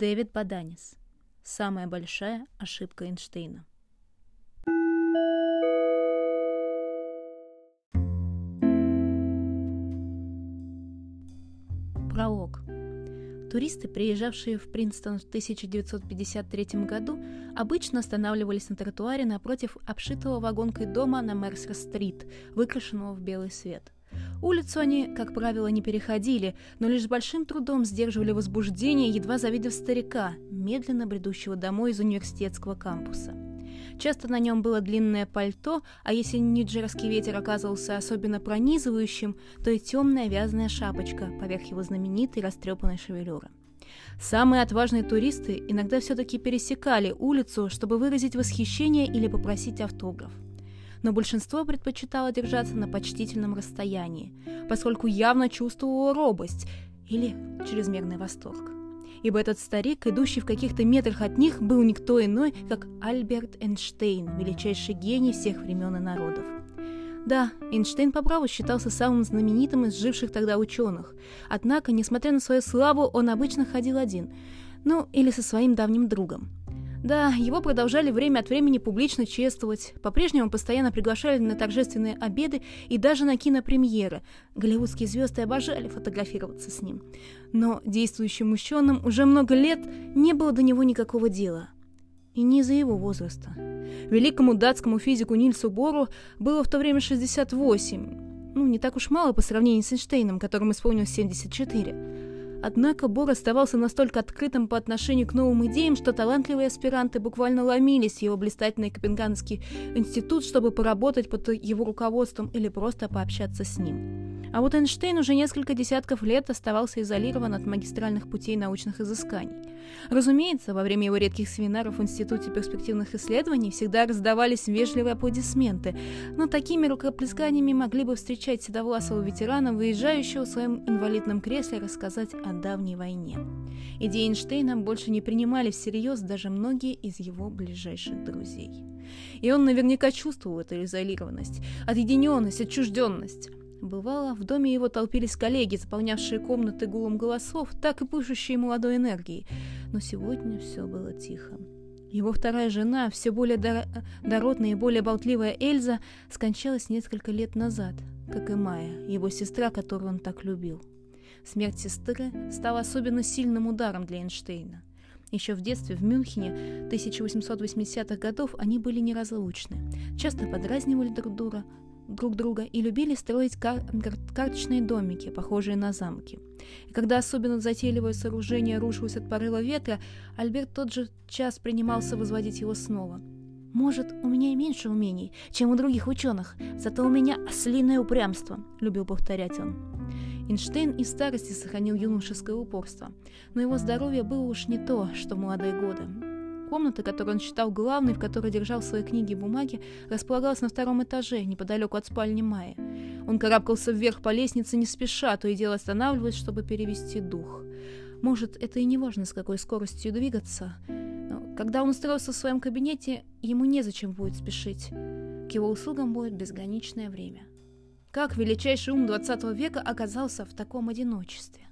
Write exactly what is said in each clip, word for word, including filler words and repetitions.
Дэвид Баданис. Самая большая ошибка Эйнштейна. Пролог. Туристы, приезжавшие в Принстон в тысяча девятьсот пятьдесят третьем году, обычно останавливались на тротуаре напротив обшитого вагонкой дома на Мерсер-стрит, выкрашенного в белый свет. Улицу они, как правило, не переходили, но лишь с большим трудом сдерживали возбуждение, едва завидев старика, медленно бредущего домой из университетского кампуса. Часто на нем было длинное пальто, а если нью-джерский ветер оказывался особенно пронизывающим, то и темная вязаная шапочка поверх его знаменитой растрепанной шевелюры. Самые отважные туристы иногда все-таки пересекали улицу, чтобы выразить восхищение или попросить автограф. Но большинство предпочитало держаться на почтительном расстоянии, поскольку явно чувствовало робость или чрезмерный восторг. Ибо этот старик, идущий в каких-то метрах от них, был никто иной, как Альберт Эйнштейн, величайший гений всех времен и народов. Да, Эйнштейн по праву считался самым знаменитым из живших тогда ученых. Однако, несмотря на свою славу, он обычно ходил один, ну, или со своим давним другом. Да, его продолжали время от времени публично чествовать, по-прежнему постоянно приглашали на торжественные обеды и даже на кинопремьеры. Голливудские звезды обожали фотографироваться с ним. Но действующим ученым уже много лет не было до него никакого дела. И не из-за его возраста. Великому датскому физику Нильсу Бору было в то время шестьдесят восемь. Ну, не так уж мало по сравнению с Эйнштейном, которому исполнилось семьдесят четыре. Однако Бор оставался настолько открытым по отношению к новым идеям, что талантливые аспиранты буквально ломились в его блистательный Копенгагенский институт, чтобы поработать под его руководством или просто пообщаться с ним. А вот Эйнштейн уже несколько десятков лет оставался изолирован от магистральных путей научных изысканий. Разумеется, во время его редких семинаров в Институте перспективных исследований всегда раздавались вежливые аплодисменты, но такими рукоплесканиями могли бы встречать седовласого ветерана, выезжающего в своем инвалидном кресле, рассказать о давней войне. Идеи Эйнштейна больше не принимали всерьез даже многие из его ближайших друзей. И он наверняка чувствовал эту изолированность, отъединенность, отчужденность. Бывало, в доме его толпились коллеги, заполнявшие комнаты гулом голосов, так и пышущие молодой энергией. Но сегодня все было тихо. Его вторая жена, все более дор- дородная и более болтливая Эльза, скончалась несколько лет назад, как и Майя, его сестра, которую он так любил. Смерть сестры стала особенно сильным ударом для Эйнштейна. Еще в детстве в Мюнхене тысяча восемьсот восьмидесятых годов они были неразлучны, часто подразнивали друг друга, друг друга и любили строить кар- кар- карточные домики, похожие на замки. И когда особенно затейливое сооружение рушилось от порыва ветра, Альберт тот же час принимался возводить его снова. «Может, у меня и меньше умений, чем у других ученых, зато у меня ослиное упрямство», — любил повторять он. Эйнштейн и в старости сохранил юношеское упорство, но его здоровье было уж не то, что в молодые годы. Комната, которую он считал главной, в которой держал свои книги и бумаги, располагалась на втором этаже, неподалеку от спальни Майи. Он карабкался вверх по лестнице не спеша, то и дело останавливаясь, чтобы перевести дух. Может, это и не важно, с какой скоростью двигаться, но когда он устроился в своем кабинете, ему незачем будет спешить. К его услугам будет безграничное время. Как величайший ум двадцатого века оказался в таком одиночестве?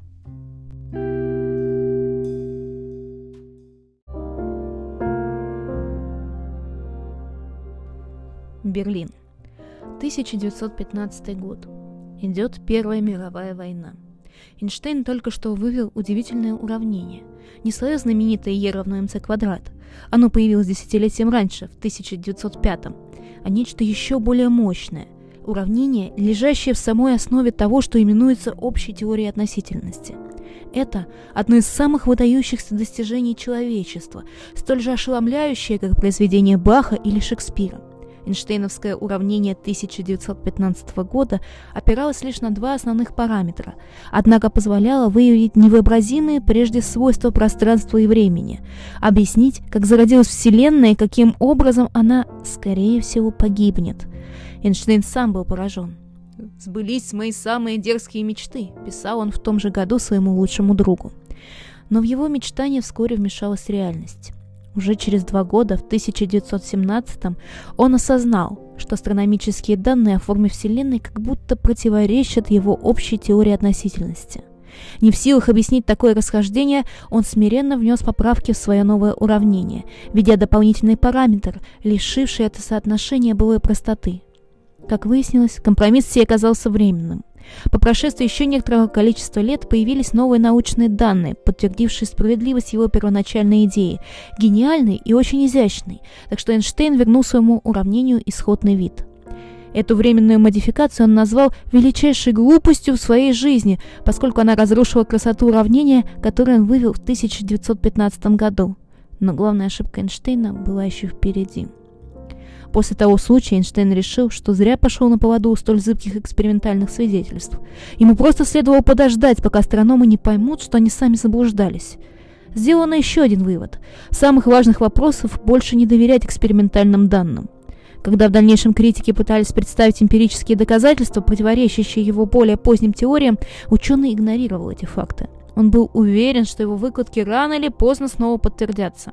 Берлин. тысяча девятьсот пятнадцатый год. Идет Первая мировая война. Эйнштейн только что вывел удивительное уравнение. Не свое знаменитое Е равно МЦ квадрат. Оно появилось десятилетием раньше, в тысяча девятьсот пятом, а нечто еще более мощное. Уравнение, лежащее в самой основе того, что именуется общей теорией относительности. Это одно из самых выдающихся достижений человечества, столь же ошеломляющее, как произведения Баха или Шекспира. Эйнштейновское уравнение тысяча девятьсот пятнадцатого года опиралось лишь на два основных параметра, однако позволяло выявить невообразимые прежде свойства пространства и времени, объяснить, как зародилась Вселенная и каким образом она, скорее всего, погибнет. Эйнштейн сам был поражен. «Сбылись мои самые дерзкие мечты», — писал он в том же году своему лучшему другу. Но в его мечтания вскоре вмешалась реальность. Уже через два года, в тысяча девятьсот семнадцатом, он осознал, что астрономические данные о форме Вселенной как будто противоречат его общей теории относительности. Не в силах объяснить такое расхождение, он смиренно внес поправки в свое новое уравнение, введя дополнительный параметр, лишивший это соотношение былой простоты. Как выяснилось, компромисс сей оказался временным. По прошествии еще некоторого количества лет появились новые научные данные, подтвердившие справедливость его первоначальной идеи, гениальной и очень изящной, так что Эйнштейн вернул своему уравнению исходный вид. Эту временную модификацию он назвал величайшей глупостью в своей жизни, поскольку она разрушила красоту уравнения, которое он вывел в тысяча девятьсот пятнадцатом году. Но главная ошибка Эйнштейна была еще впереди. После того случая Эйнштейн решил, что зря пошел на поводу у столь зыбких экспериментальных свидетельств. Ему просто следовало подождать, пока астрономы не поймут, что они сами заблуждались. Сделано еще один вывод. В самых важных вопросах больше не доверять экспериментальным данным. Когда в дальнейшем критики пытались представить эмпирические доказательства, противоречащие его более поздним теориям, ученый игнорировал эти факты. Он был уверен, что его выкладки рано или поздно снова подтвердятся.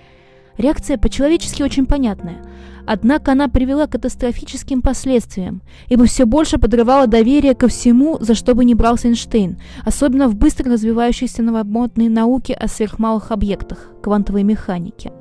Реакция по-человечески очень понятная. Однако она привела к катастрофическим последствиям, ибо все больше подрывала доверие ко всему, за что бы ни брался Эйнштейн, особенно в быстро развивающейся новомодной науке о сверхмалых объектах, квантовой механике.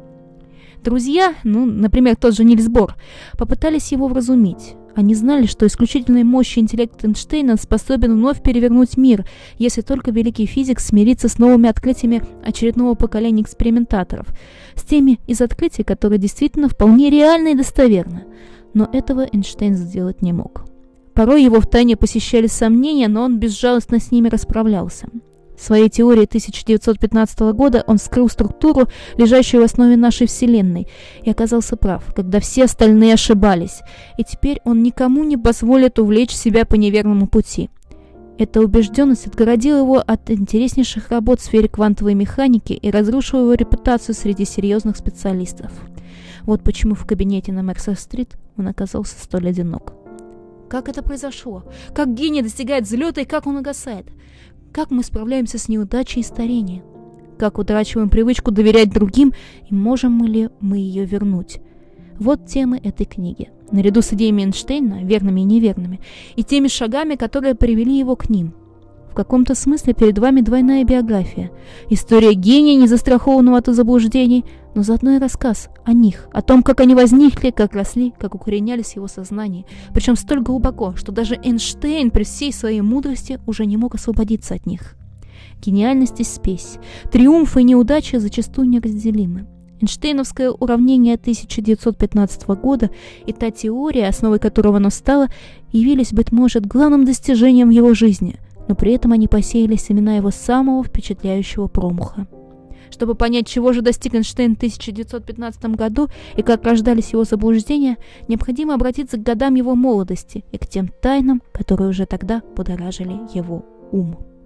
Друзья, ну, например, тот же Нильс Бор, попытались его вразумить. Они знали, что исключительной мощью интеллекта Эйнштейна способен вновь перевернуть мир, если только великий физик смирится с новыми открытиями очередного поколения экспериментаторов, с теми из открытий, которые действительно вполне реальны и достоверны. Но этого Эйнштейн сделать не мог. Порой его втайне посещали сомнения, но он безжалостно с ними расправлялся. В своей теории тысяча девятьсот пятнадцатого года он вскрыл структуру, лежащую в основе нашей Вселенной, и оказался прав, когда все остальные ошибались, и теперь он никому не позволит увлечь себя по неверному пути. Эта убежденность отгородила его от интереснейших работ в сфере квантовой механики и разрушила его репутацию среди серьезных специалистов. Вот почему в кабинете на Мерсер-стрит он оказался столь одинок. Как это произошло? Как гений достигает взлета и как он угасает? Как мы справляемся с неудачей и старением? Как утрачиваем привычку доверять другим, и можем ли мы ее вернуть? Вот темы этой книги, наряду с идеями Эйнштейна, верными и неверными, и теми шагами, которые привели его к ним. В каком-то смысле перед вами двойная биография. История гения, не застрахованного от заблуждений, но заодно и рассказ о них, о том, как они возникли, как росли, как укоренялись в его сознании, причем столь глубоко, что даже Эйнштейн при всей своей мудрости уже не мог освободиться от них. Гениальность и спесь, триумфы и неудачи зачастую неразделимы. Эйнштейновское уравнение тысяча девятьсот пятнадцатого года и та теория, основой которого оно стало, явились, быть может, главным достижением в его жизни, но при этом они посеяли семена его самого впечатляющего промаха. Чтобы понять, чего же достиг Эйнштейн в тысяча девятьсот пятнадцатом году и как рождались его заблуждения, необходимо обратиться к годам его молодости и к тем тайнам, которые уже тогда будоражили его ум.